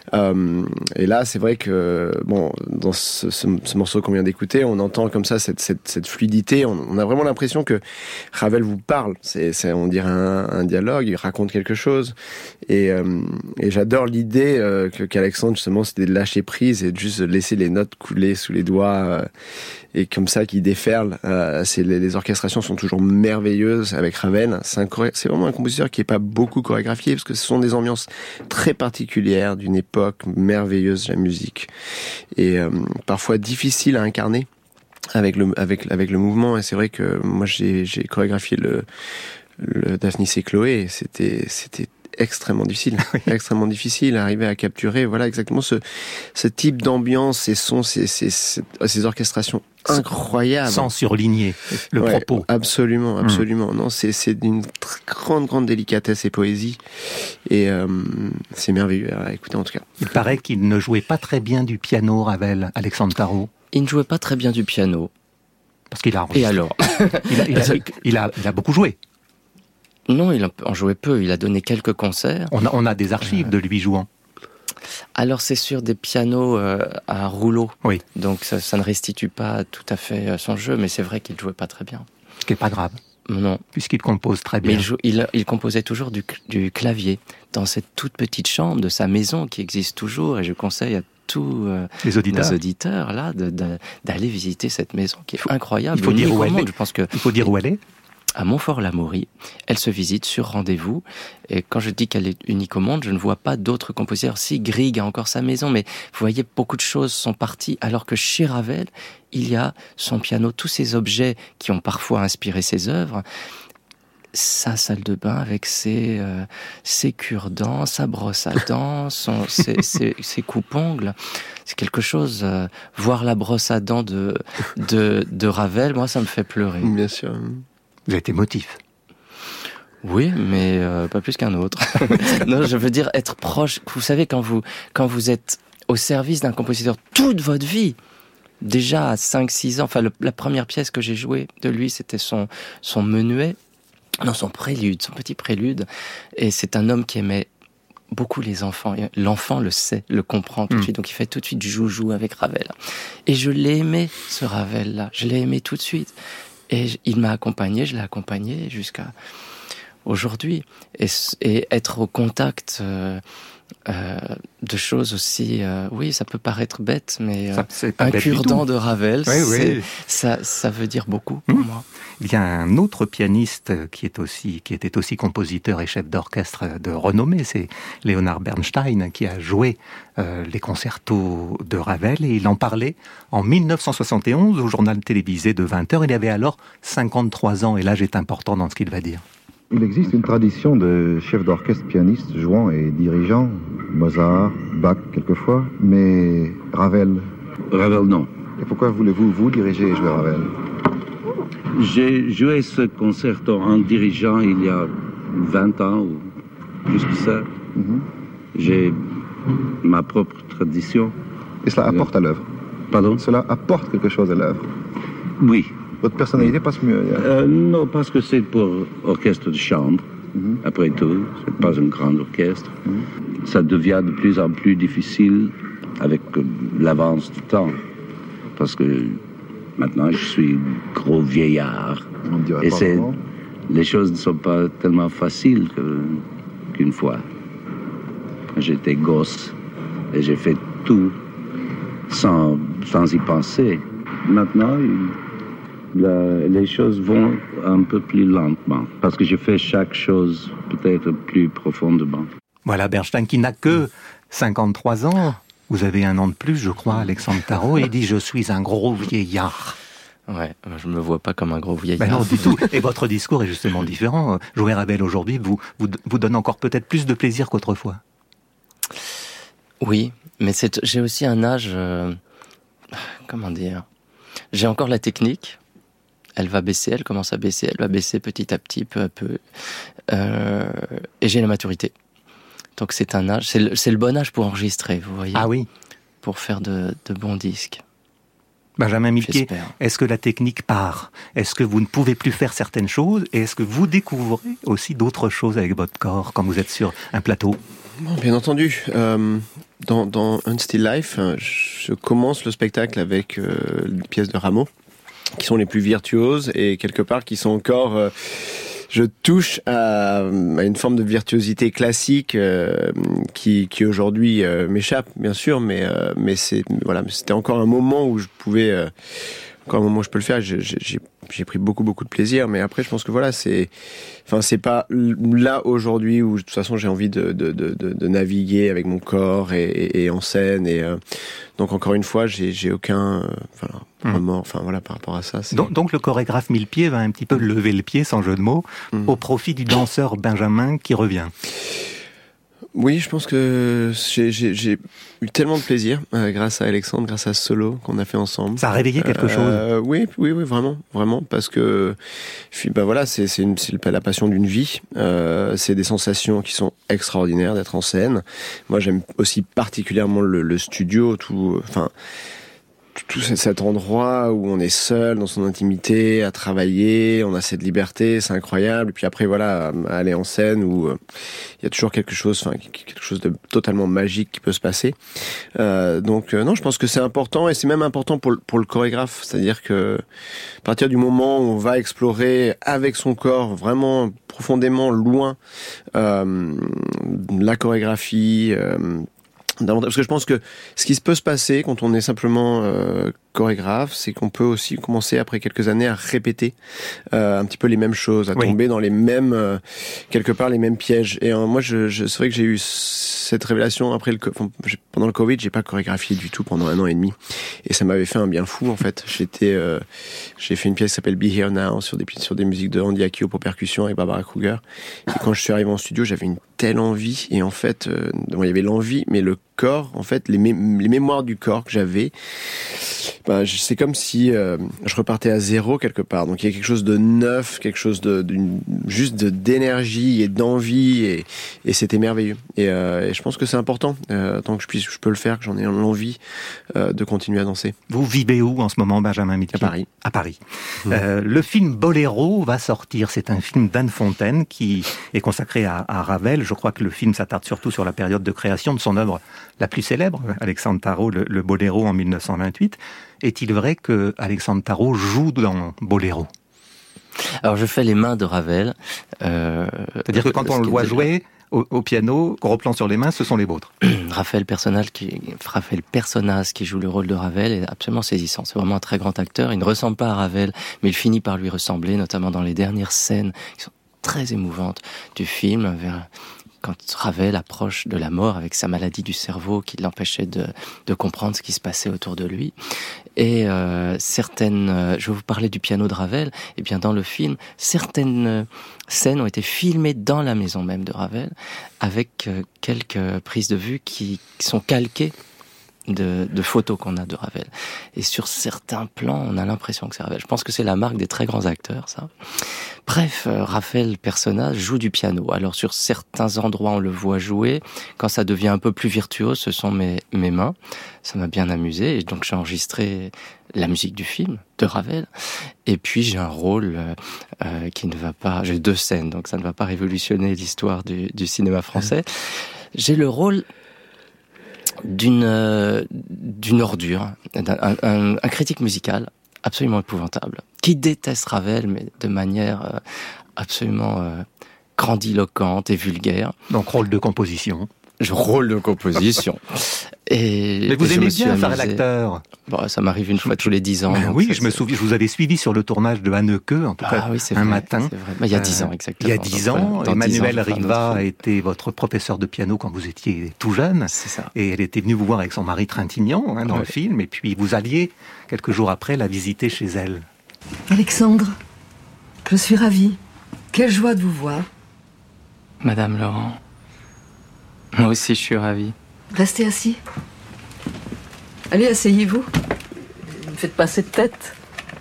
Et là, c'est vrai que, bon, dans ce morceau qu'on vient d'écouter, on entend comme ça cette fluidité. On a vraiment l'impression que Ravel vous parle. On dirait un dialogue, il raconte quelque chose. Et j'adore l'idée qu'Alexandre, justement, c'était de lâcher prise et de juste laisser les notes couler sous les doigts et comme ça qui déferlent. Les orchestrations sont toujours merveilleuses avec Ravel. C'est vraiment un compositeur qui n'est pas beaucoup chorégraphié parce que ce sont des ambiances très particulières d'une époque merveilleuse de la musique et parfois difficile à incarner avec le mouvement. Et c'est vrai que moi j'ai chorégraphié le Daphnis et Chloé. C'était extrêmement difficile, extrêmement difficile à arriver à capturer, voilà, exactement ce type d'ambiance, ces sons, ces orchestrations incroyables. Sans surligner le propos. Absolument. Non, c'est d'une grande délicatesse et poésie. Et c'est merveilleux à écouter, en tout cas. Il paraît qu'il ne jouait pas très bien du piano, Ravel, Alexandre Tarot. Il ne jouait pas très bien du piano. Parce qu'il a enregistré. Et alors il a beaucoup joué. Non, il en jouait peu. Il a donné quelques concerts. On a des archives de lui jouant. Alors, c'est sur des pianos à rouleau. Oui. Donc, ça ne restitue pas tout à fait son jeu, mais c'est vrai qu'il ne jouait pas très bien. Ce qui n'est pas grave. Non. Puisqu'il compose très bien. Mais il composait toujours du clavier dans cette toute petite chambre de sa maison qui existe toujours. Et je conseille à tous les auditeurs là, d'aller visiter cette maison qui est incroyable. Il faut dire où elle est. Je pense que il faut dire où elle est. À Montfort-l'Amaury. Elle se visite sur rendez-vous. Et quand je dis qu'elle est unique au monde, je ne vois pas d'autres compositeurs. Si, Grieg a encore sa maison, mais vous voyez, beaucoup de choses sont parties, alors que chez Ravel, il y a son piano, tous ces objets qui ont parfois inspiré ses œuvres, sa salle de bain avec ses cure-dents, sa brosse à dents, ses coupe-ongles. C'est quelque chose. Voir la brosse à dents de Ravel, moi, ça me fait pleurer. Bien sûr. Vous êtes émotif. Oui, mais pas plus qu'un autre. Non, je veux dire être proche. Vous savez, quand vous êtes au service d'un compositeur toute votre vie, déjà à 5-6 ans, enfin la première pièce que j'ai jouée de lui, c'était son menuet, non, son petit prélude. Et c'est un homme qui aimait beaucoup les enfants. L'enfant le sait, le comprend tout de suite. Donc il fait tout de suite du joujou avec Ravel. Et je l'ai aimé, ce Ravel-là. Je l'ai aimé tout de suite. Et il m'a accompagné, je l'ai accompagné jusqu'à aujourd'hui. Et être au contact de choses aussi... oui, ça peut paraître bête, mais un cure-dent de Ravel, ça veut dire beaucoup pour moi. Il y a un autre pianiste qui était aussi compositeur et chef d'orchestre de renommée, c'est Leonard Bernstein, qui a joué les concertos de Ravel, et il en parlait en 1971 au journal télévisé de 20h. Il avait alors 53 ans, et l'âge est important dans ce qu'il va dire. Il existe une tradition de chefs d'orchestre, pianistes, jouant et dirigeants, Mozart, Bach quelquefois, mais Ravel... Ravel, non. Et pourquoi voulez-vous, vous, diriger et jouer Ravel? J'ai joué ce concerto en dirigeant il y a 20 ans, ou plus que ça. J'ai ma propre tradition. Et cela apporte à l'œuvre? Pardon? Cela apporte quelque chose à l'œuvre? Oui. Votre personnalité passe mieux? Non, parce que c'est pour orchestre de chambre. Après tout, c'est pas un grand orchestre. Ça devient de plus en plus difficile avec l'avance du temps. Parce que maintenant, je suis gros vieillard. Et les choses ne sont pas tellement faciles qu'une fois. J'étais gosse et j'ai fait tout sans y penser. Maintenant, les choses vont un peu plus lentement parce que je fais chaque chose peut-être plus profondément. Voilà, Bernstein qui n'a que 53 ans. Vous avez un an de plus, je crois, Alexandre Tarot, et il dit « Je suis un gros vieillard ». Ouais, je me vois pas comme un gros vieillard. Ben non, du tout. Et votre discours est justement différent. Jouer Ravel aujourd'hui vous donne encore peut-être plus de plaisir qu'autrefois. Oui, mais j'ai aussi un âge... comment dire? J'ai encore la technique. Elle va baisser, elle commence à baisser, elle va baisser petit à petit, peu à peu. Et j'ai la maturité. Donc c'est un âge, c'est le bon âge pour enregistrer, vous voyez. Ah oui. Pour faire de bons disques. Benjamin Millepied, est-ce que la technique part? Est-ce que vous ne pouvez plus faire certaines choses? Et est-ce que vous découvrez aussi d'autres choses avec votre corps quand vous êtes sur un plateau? Bon, bien entendu. Dans Un Still Life, je commence le spectacle avec une pièce de Rameau, qui sont les plus virtuoses et quelque part qui sont encore... je touche à une forme de virtuosité classique qui aujourd'hui m'échappe, bien sûr, mais c'était encore un moment où je pouvais... encore un moment où je peux le faire, j'ai pris beaucoup de plaisir, mais après je pense que voilà, c'est pas là aujourd'hui où de toute façon j'ai envie de naviguer avec mon corps et en scène, et donc encore une fois j'ai aucun remords, par rapport à ça. Donc le chorégraphe Millepied va un petit peu lever le pied, sans jeu de mots, au profit du danseur Benjamin qui revient. Oui, je pense que j'ai eu tellement de plaisir grâce à Alexandre, grâce à ce solo qu'on a fait ensemble. Ça a réveillé quelque chose. Oui, vraiment, parce que c'est la passion d'une vie. C'est des sensations qui sont extraordinaires d'être en scène. Moi, j'aime aussi particulièrement le studio, tout cet endroit où on est seul dans son intimité, à travailler, on a cette liberté, c'est incroyable. Et puis après, voilà, à aller en scène où il y a toujours quelque chose de totalement magique qui peut se passer. Non, je pense que c'est important, et c'est même important pour le chorégraphe. C'est-à-dire que à partir du moment où on va explorer avec son corps vraiment profondément loin la chorégraphie, parce que je pense que ce qui peut se passer quand on est simplement chorégraphe, c'est qu'on peut aussi commencer après quelques années à répéter un petit peu les mêmes choses, à tomber dans les mêmes quelque part les mêmes pièges. Et moi, c'est vrai que j'ai eu cette révélation après pendant le Covid, j'ai pas chorégraphié du tout pendant 1 an et demi, et ça m'avait fait un bien fou en fait. J'ai fait une pièce qui s'appelle Be Here Now sur des musiques de Andy Akio pour percussion avec Barbara Kruger. Et quand je suis arrivé en studio, j'avais une telle envie, et en fait, il y avait l'envie, mais le corps, en fait, les mémoires du corps que j'avais, c'est comme si je repartais à zéro quelque part. Donc il y a quelque chose de neuf, quelque chose juste d'énergie et d'envie, et c'était merveilleux. Et je pense que c'est important, tant que je peux le faire, que j'en ai l'envie de continuer à danser. Vous vivez où en ce moment, Benjamin Millepied? À Paris. Le film Boléro va sortir. C'est un film d'Anne Fontaine qui est consacré à Ravel. Je crois que le film s'attarde surtout sur la période de création de son œuvre la plus célèbre, Alexandre Tarot, le Boléro en 1928. Est-il vrai que Alexandre Tarot joue dans Boléro? Alors je fais les mains de Ravel. C'est-à-dire que quand on le voit jouer au piano, qu'on replante sur les mains, ce sont les vôtres. Raphaël Personnaz qui joue le rôle de Ravel est absolument saisissant. C'est vraiment un très grand acteur. Il ne ressemble pas à Ravel, mais il finit par lui ressembler, notamment dans les dernières scènes qui sont très émouvantes du film, quand Ravel approche de la mort avec sa maladie du cerveau qui l'empêchait de comprendre ce qui se passait autour de lui. Et je vais vous parler du piano de Ravel. Et bien dans le film, certaines scènes ont été filmées dans la maison même de Ravel, avec quelques prises de vue qui sont calquées de photos qu'on a de Ravel. Et sur certains plans, on a l'impression que c'est Ravel. Je pense que c'est la marque des très grands acteurs, ça. Bref, Raphaël Personnaz joue du piano. Alors sur certains endroits, on le voit jouer. Quand ça devient un peu plus virtuose, ce sont mes mains. Ça m'a bien amusé. Et donc j'ai enregistré la musique du film de Ravel. Et puis j'ai un rôle qui ne va pas... J'ai 2 scènes, donc ça ne va pas révolutionner l'histoire du cinéma français. J'ai le rôle d'une ordure, un critique musical absolument épouvantable, qui déteste Ravel, mais de manière absolument grandiloquente et vulgaire. Donc rôle de composition. Rôle de composition. Mais vous aimez bien faire l'acteur. Bon, ça m'arrive une fois tous les 10 ans. Oui, je me souviens, je vous avais suivi sur le tournage de Hanneke, en tout cas, matin. C'est vrai. Il y a 10 ans, exactement. Il y a 10 ans, Emmanuelle Riva a été votre professeur de piano quand vous étiez tout jeune. C'est ça. Et elle était venue vous voir avec son mari Trintignant, dans le film, et puis vous alliez, quelques jours après, la visiter chez elle. Alexandre, je suis ravie. Quelle joie de vous voir. Madame Laurent, moi aussi je suis ravie. Restez assis. Allez, asseyez-vous. Ne me faites pas cette tête.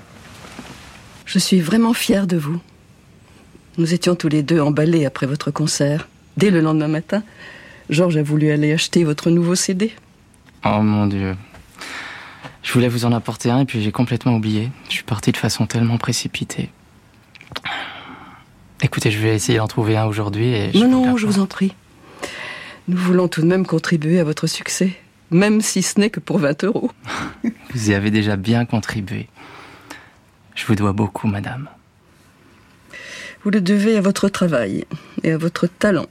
Je suis vraiment fière de vous. Nous étions tous les deux emballés après votre concert. Dès le lendemain matin, Georges a voulu aller acheter votre nouveau CD. Oh mon Dieu. Je voulais vous en apporter un et puis j'ai complètement oublié. Je suis parti de façon tellement précipitée. Écoutez, je vais essayer d'en trouver un aujourd'hui. Et Non, je vous en prie. Nous voulons tout de même contribuer à votre succès, même si ce n'est que pour 20 €. Vous y avez déjà bien contribué. Je vous dois beaucoup, madame. Vous le devez à votre travail et à votre talent.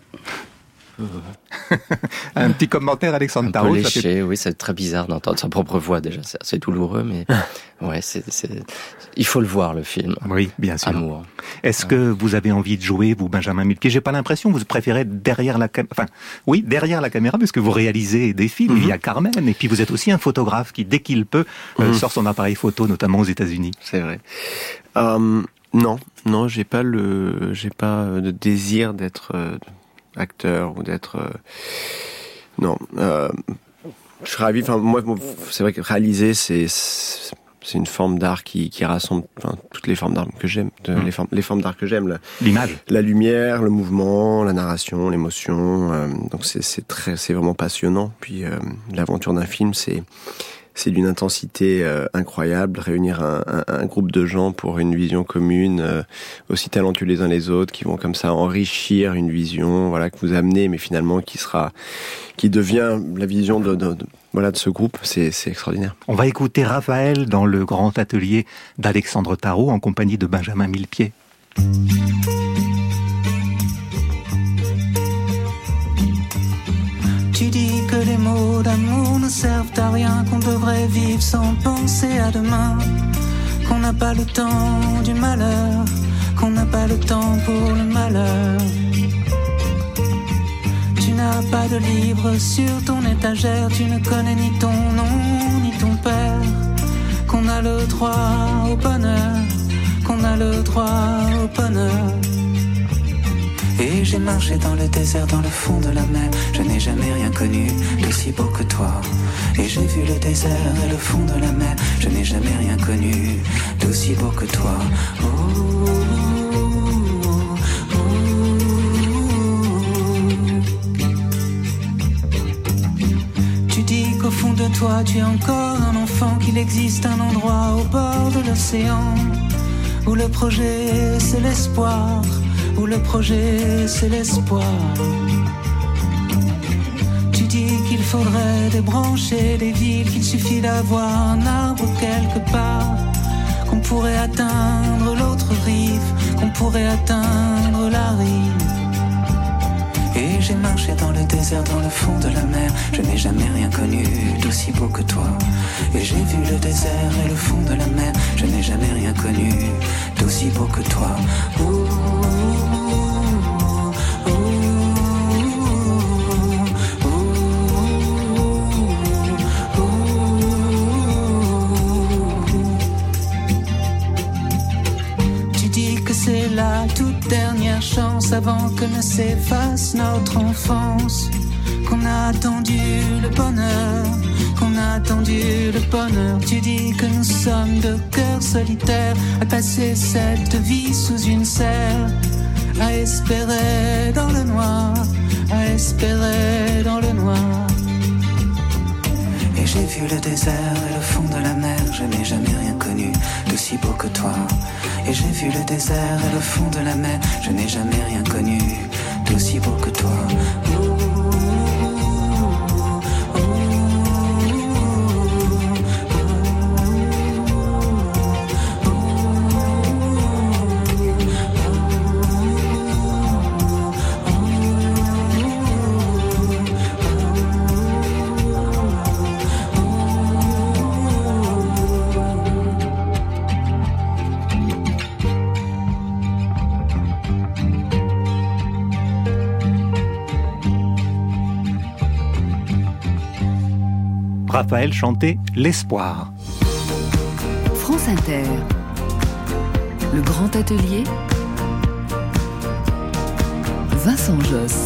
Un petit commentaire, Alexandre Tarot. Un peu léché, oui, c'est très bizarre d'entendre sa propre voix déjà, c'est assez douloureux, mais ouais, il faut le voir, le film. Oui, bien sûr. Amour. Est-ce que vous avez envie de jouer, vous, Benjamin Millepied? J'ai pas l'impression, vous préférez derrière la caméra, derrière la caméra, parce que vous réalisez des films, il y a Carmen, et puis vous êtes aussi un photographe qui, dès qu'il peut, sort son appareil photo, notamment aux États-Unis. C'est vrai. Non, j'ai pas de désir d'être acteur ou d'être non. Je suis ravi. Enfin, moi, c'est vrai que réaliser, c'est une forme d'art qui rassemble toutes les formes d'art que j'aime. Les formes d'art que j'aime. L'image, la lumière, le mouvement, la narration, l'émotion. Donc c'est vraiment passionnant. Puis l'aventure d'un film, c'est d'une intensité incroyable, réunir un groupe de gens pour une vision commune, aussi talentueux les uns les autres, qui vont comme ça enrichir une vision, voilà, que vous amenez, mais finalement qui devient la vision de ce groupe. C'est extraordinaire. On va écouter Raphaël dans le grand atelier d'Alexandre Tarot en compagnie de Benjamin Millepied. Tu dis que les mots d'amour ne servent à rien, qu'on devrait vivre sans penser à demain, qu'on n'a pas le temps du malheur, qu'on n'a pas le temps pour le malheur. Tu n'as pas de livre sur ton étagère, tu ne connais ni ton nom ni ton père, qu'on a le droit au bonheur, qu'on a le droit au bonheur. Et j'ai marché dans le désert, dans le fond de la mer. Je n'ai jamais rien connu d'aussi beau que toi. Et j'ai vu le désert et le fond de la mer. Je n'ai jamais rien connu d'aussi beau que toi. Oh, oh, oh. Tu dis qu'au fond de toi tu es encore un enfant, qu'il existe un endroit au bord de l'océan où le projet c'est l'espoir, où le projet c'est l'espoir. Tu dis qu'il faudrait débrancher les villes, qu'il suffit d'avoir un arbre quelque part, qu'on pourrait atteindre l'autre rive, qu'on pourrait atteindre la rive. Et j'ai marché dans le désert, dans le fond de la mer. Je n'ai jamais rien connu d'aussi beau que toi. Et j'ai vu le désert et le fond de la mer. Je n'ai jamais rien connu d'aussi beau que toi. Ouh. C'est la toute dernière chance avant que ne s'efface notre enfance, qu'on a attendu le bonheur, qu'on a attendu le bonheur. Tu dis que nous sommes de cœurs solitaires à passer cette vie sous une serre, à espérer dans le noir, à espérer dans le noir. Et j'ai vu le désert et le fond de la mer. Je n'ai jamais rien connu d'aussi beau que toi. Et j'ai vu le désert et le fond de la mer. Je n'ai jamais rien connu d'aussi beau que toi. Raphaël chantait l'espoir. France Inter, le grand atelier, Vincent Josse.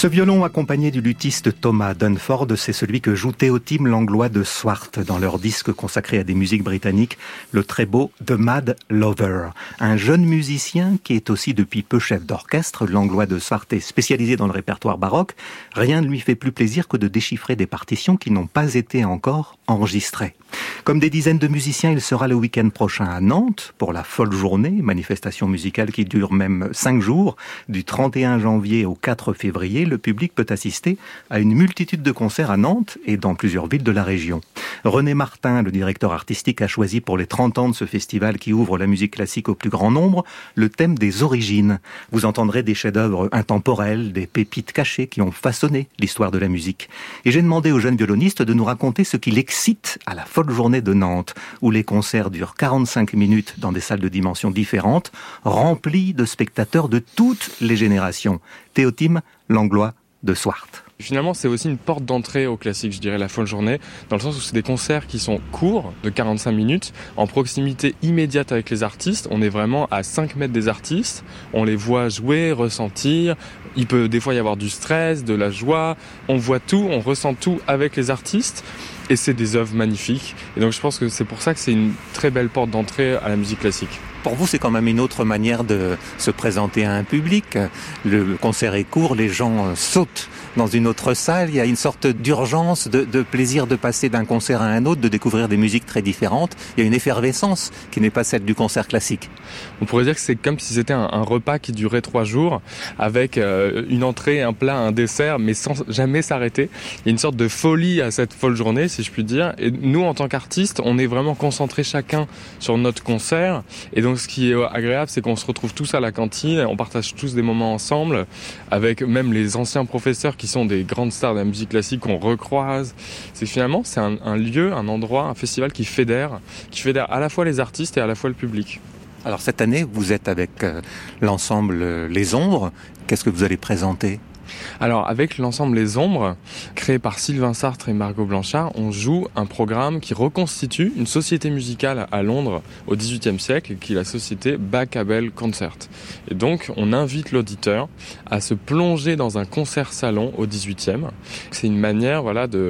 Ce violon accompagné du luthiste Thomas Dunford, c'est celui que joue Théotime Langlois de Swart dans leur disque consacré à des musiques britanniques, le très beau The Mad Lover. Un jeune musicien qui est aussi depuis peu chef d'orchestre. Langlois de Swart est spécialisé dans le répertoire baroque. Rien ne lui fait plus plaisir que de déchiffrer des partitions qui n'ont pas été encore enregistrées. Comme des dizaines de musiciens, il sera le week-end prochain à Nantes pour la Folle Journée, manifestation musicale qui dure même 5 jours. Du 31 janvier au 4 février, le public peut assister à une multitude de concerts à Nantes et dans plusieurs villes de la région. René Martin, le directeur artistique, a choisi pour les 30 ans de ce festival qui ouvre la musique classique au plus grand nombre, le thème des origines. Vous entendrez des chefs-d'œuvre intemporels, des pépites cachées qui ont façonné l'histoire de la musique. Et j'ai demandé au jeune violoniste de nous raconter ce qui l'excite à la Folle Journée de Nantes, où les concerts durent 45 minutes dans des salles de dimensions différentes, remplies de spectateurs de toutes les générations. Théotime Langlois de Swart. Finalement, c'est aussi une porte d'entrée au classique, je dirais, la Folle Journée, dans le sens où c'est des concerts qui sont courts, de 45 minutes, en proximité immédiate avec les artistes. On est vraiment à 5 mètres des artistes, on les voit jouer, ressentir. Il peut des fois y avoir du stress, de la joie. On voit tout, on ressent tout avec les artistes. Et c'est des œuvres magnifiques. Et donc je pense que c'est pour ça que c'est une très belle porte d'entrée à la musique classique. Pour vous, c'est quand même une autre manière de se présenter à un public. Le concert est court, les gens sautent dans une autre salle. Il y a une sorte d'urgence, de plaisir de passer d'un concert à un autre, de découvrir des musiques très différentes. Il y a une effervescence qui n'est pas celle du concert classique. On pourrait dire que c'est comme si c'était un repas qui durait 3 jours, avec une entrée, un plat, un dessert, mais sans jamais s'arrêter. Il y a une sorte de folie à cette Folle Journée, si je puis dire. Et nous, en tant qu'artistes, on est vraiment concentrés chacun sur notre concert. Et donc, ce qui est agréable, c'est qu'on se retrouve tous à la cantine, on partage tous des moments ensemble, avec même les anciens professeurs qui sont des grandes stars de la musique classique qu'on recroise. C'est finalement, c'est un lieu, un endroit, un festival qui fédère à la fois les artistes et à la fois le public. Alors cette année, vous êtes avec l'ensemble Les Ombres. Qu'est-ce que vous allez présenter ? Alors, avec l'ensemble Les Ombres, créé par Sylvain Sartre et Margot Blanchard, on joue un programme qui reconstitue une société musicale à Londres au XVIIIe siècle, qui est la société Bach-Abel Concert. Et donc, on invite l'auditeur à se plonger dans un concert-salon au XVIIIe. C'est une manière,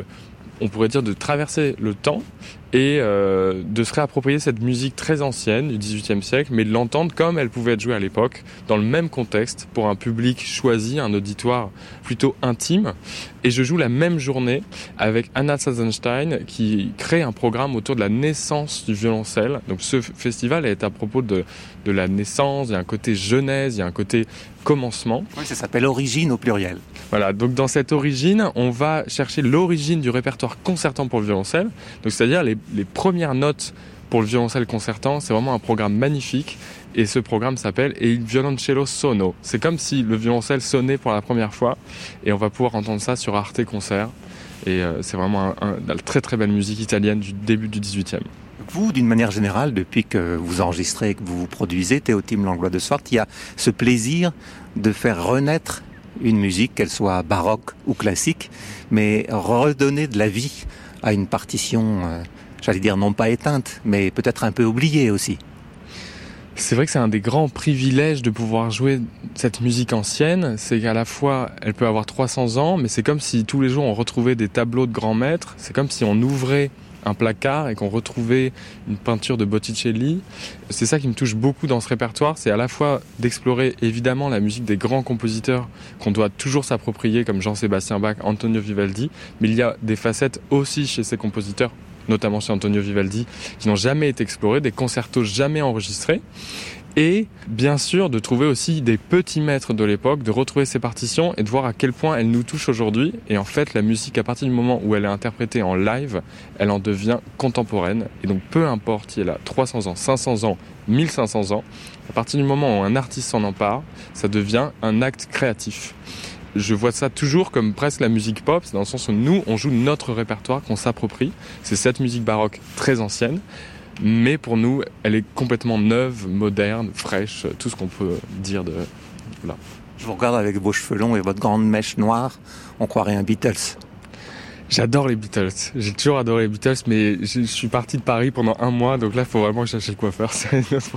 on pourrait dire, de traverser le temps et de se réapproprier cette musique très ancienne du XVIIIe siècle, mais de l'entendre comme elle pouvait être jouée à l'époque, dans le même contexte, pour un public choisi, un auditoire plutôt intime. Et je joue la même journée avec Anna Sazenstein, qui crée un programme autour de la naissance du violoncelle. Donc ce festival est à propos de la naissance, il y a un côté genèse, il y a un côté commencement. Oui, ça s'appelle Origine au pluriel. Voilà, donc dans cette origine, on va chercher l'origine du répertoire concertant pour le violoncelle, donc c'est-à-dire les premières notes pour le violoncelle concertant. C'est vraiment un programme magnifique, et ce programme s'appelle E il violoncello sono. C'est comme si le violoncelle sonnait pour la première fois, et on va pouvoir entendre ça sur Arte Concert, et c'est vraiment une très très belle musique italienne du début du XVIIIe. Vous, d'une manière générale, depuis que vous enregistrez et que vous vous produisez, Théotime Langlois de Swart, il y a ce plaisir de faire renaître une musique, qu'elle soit baroque ou classique, mais redonner de la vie à une partition, j'allais dire non pas éteinte, mais peut-être un peu oubliée aussi. C'est vrai que c'est un des grands privilèges de pouvoir jouer cette musique ancienne, c'est qu'à la fois elle peut avoir 300 ans, mais c'est comme si tous les jours on retrouvait des tableaux de grands maîtres, c'est comme si on ouvrait un placard et qu'on retrouvait une peinture de Botticelli. C'est ça qui me touche beaucoup dans ce répertoire, c'est à la fois d'explorer évidemment la musique des grands compositeurs qu'on doit toujours s'approprier, comme Jean-Sébastien Bach, Antonio Vivaldi, mais il y a des facettes aussi chez ces compositeurs, notamment chez Antonio Vivaldi, qui n'ont jamais été explorés, des concertos jamais enregistrés. Et bien sûr de trouver aussi des petits maîtres de l'époque, de retrouver ces partitions et de voir à quel point elles nous touchent aujourd'hui. Et en fait, la musique, à partir du moment où elle est interprétée en live, elle en devient contemporaine. Et donc peu importe si elle a 300 ans, 500 ans, 1500 ans, à partir du moment où un artiste s'en empare, ça devient un acte créatif. Je vois ça toujours comme presque la musique pop, c'est dans le sens où nous, on joue notre répertoire qu'on s'approprie. C'est cette musique baroque très ancienne. Mais pour nous, elle est complètement neuve, moderne, fraîche, tout ce qu'on peut dire de... Voilà. Je vous regarde avec vos cheveux longs et votre grande mèche noire, on croirait un Beatles. J'adore les Beatles, j'ai toujours adoré les Beatles, mais je suis parti de Paris pendant 1 mois, donc là, il faut vraiment que j'achète le coiffeur, c'est une autre...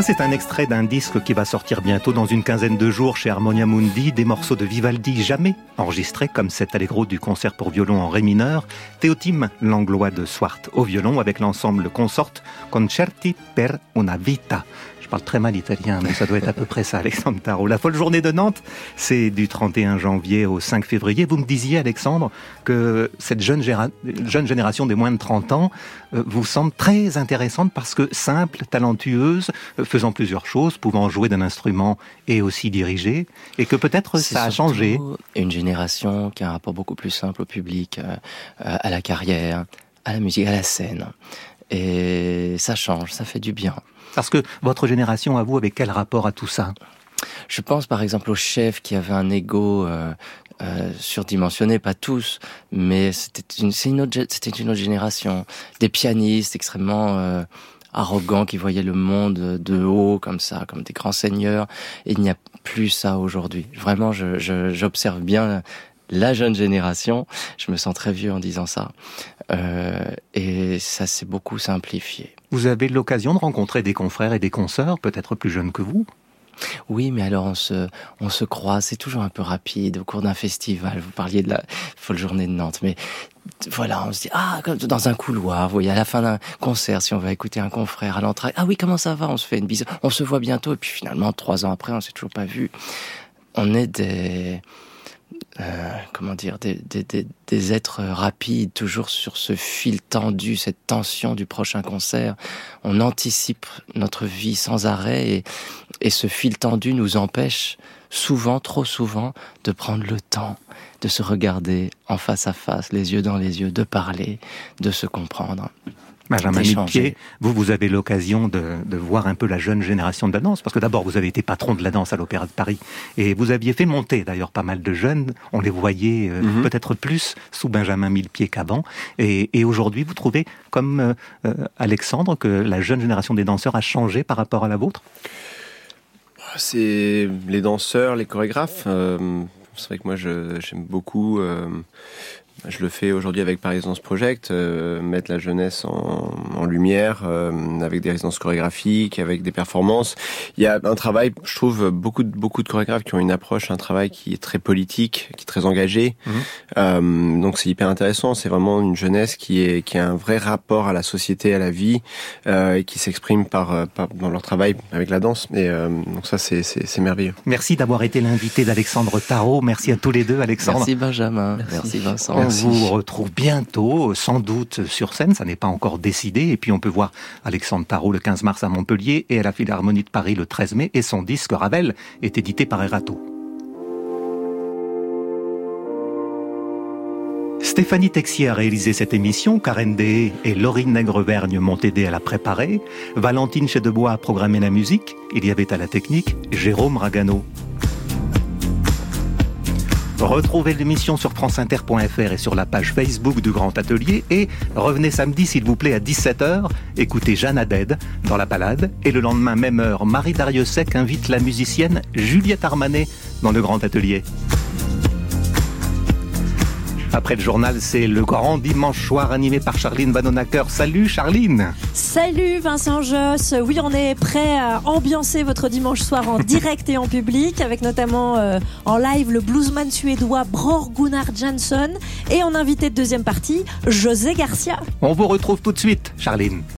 Ça, c'est un extrait d'un disque qui va sortir bientôt dans une quinzaine de jours chez Harmonia Mundi, des morceaux de Vivaldi jamais enregistrés, comme cet allegro du concert pour violon en ré mineur, Teotim Langlois de Swart au violon avec l'ensemble Consort Concerti per una vita. Je parle très mal italien, mais ça doit être à peu près ça, Alexandre Tarot. La folle journée de Nantes, c'est du 31 janvier au 5 février. Vous me disiez, Alexandre, que cette jeune génération des moins de 30 ans vous semble très intéressante parce que simple, talentueuse, faisant plusieurs choses, pouvant jouer d'un instrument et aussi diriger, et que peut-être ça a changé. Une génération qui a un rapport beaucoup plus simple au public, à la carrière, à la musique, à la scène. Et ça change, ça fait du bien. Parce que votre génération, à vous, avec quel rapport à tout ça ? Je pense par exemple aux chefs qui avaient un ego surdimensionné, pas tous, mais c'était une autre génération. Des pianistes extrêmement arrogants qui voyaient le monde de haut comme ça, comme des grands seigneurs. Et il n'y a plus ça aujourd'hui. Vraiment, j'observe bien la jeune génération. Je me sens très vieux en disant ça. Et ça s'est beaucoup simplifié. Vous avez l'occasion de rencontrer des confrères et des consoeurs, peut-être plus jeunes que vous ? Oui, mais alors on se croise, c'est toujours un peu rapide au cours d'un festival. Vous parliez de la folle journée de Nantes, mais voilà, on se dit comme dans un couloir, vous voyez, à la fin d'un concert, si on va écouter un confrère à l'entrée, oui, comment ça va ? On se fait une bise, on se voit bientôt, et puis finalement 3 ans après, on s'est toujours pas vu. On est des êtres rapides, toujours sur ce fil tendu, cette tension du prochain concert. On anticipe notre vie sans arrêt et ce fil tendu nous empêche souvent, trop souvent, de prendre le temps de se regarder en face à face, les yeux dans les yeux, de parler, de se comprendre. Benjamin Millepied, vous avez l'occasion de voir un peu la jeune génération de la danse, parce que d'abord vous avez été patron de la danse à l'Opéra de Paris, et vous aviez fait monter d'ailleurs pas mal de jeunes, on les voyait peut-être plus sous Benjamin Millepied qu'avant, et aujourd'hui vous trouvez, comme Alexandre, que la jeune génération des danseurs a changé par rapport à la vôtre ? C'est les danseurs, les chorégraphes, c'est vrai que moi j'aime beaucoup... Je le fais aujourd'hui avec Paris Dance Project, mettre la jeunesse en lumière, avec des résidences chorégraphiques, avec des performances. Il y a un travail, je trouve, beaucoup de chorégraphes qui ont une approche, un travail qui est très politique, qui est très engagé. Donc c'est hyper intéressant. C'est vraiment une jeunesse qui a un vrai rapport à la société, à la vie, et qui s'exprime dans leur travail avec la danse. Et donc ça, c'est merveilleux. Merci d'avoir été l'invité d'Alexandre Tarot. Merci à tous les deux, Alexandre. Merci Benjamin. Merci Vincent. On vous retrouve bientôt, sans doute sur scène, ça n'est pas encore décidé, et puis on peut voir Alexandre Tarot le 15 mars à Montpellier et à la Philharmonie de Paris le 13 mai, et son disque Ravel est édité par Erato. Stéphanie Texier a réalisé cette émission, Karen Dehé et Laurine Nègre-Vergne m'ont aidé à la préparer, Valentine Chedebois a programmé la musique, il y avait à la technique Jérôme Ragano. Retrouvez l'émission sur franceinter.fr et sur la page Facebook du Grand Atelier, et revenez samedi s'il vous plaît à 17h, écoutez Jeanne Haddad dans La Palade, et le lendemain même heure, Marie Dariussec invite la musicienne Juliette Armanet dans le Grand Atelier. Après le journal, c'est le grand dimanche soir animé par Charline Vanhoenacker. Salut Charline. Salut Vincent Josse. Oui, on est prêt à ambiancer votre dimanche soir en direct et en public, avec notamment en live le bluesman suédois Bror Gunnar Jansson et en invité de deuxième partie, José Garcia. On vous retrouve tout de suite, Charline.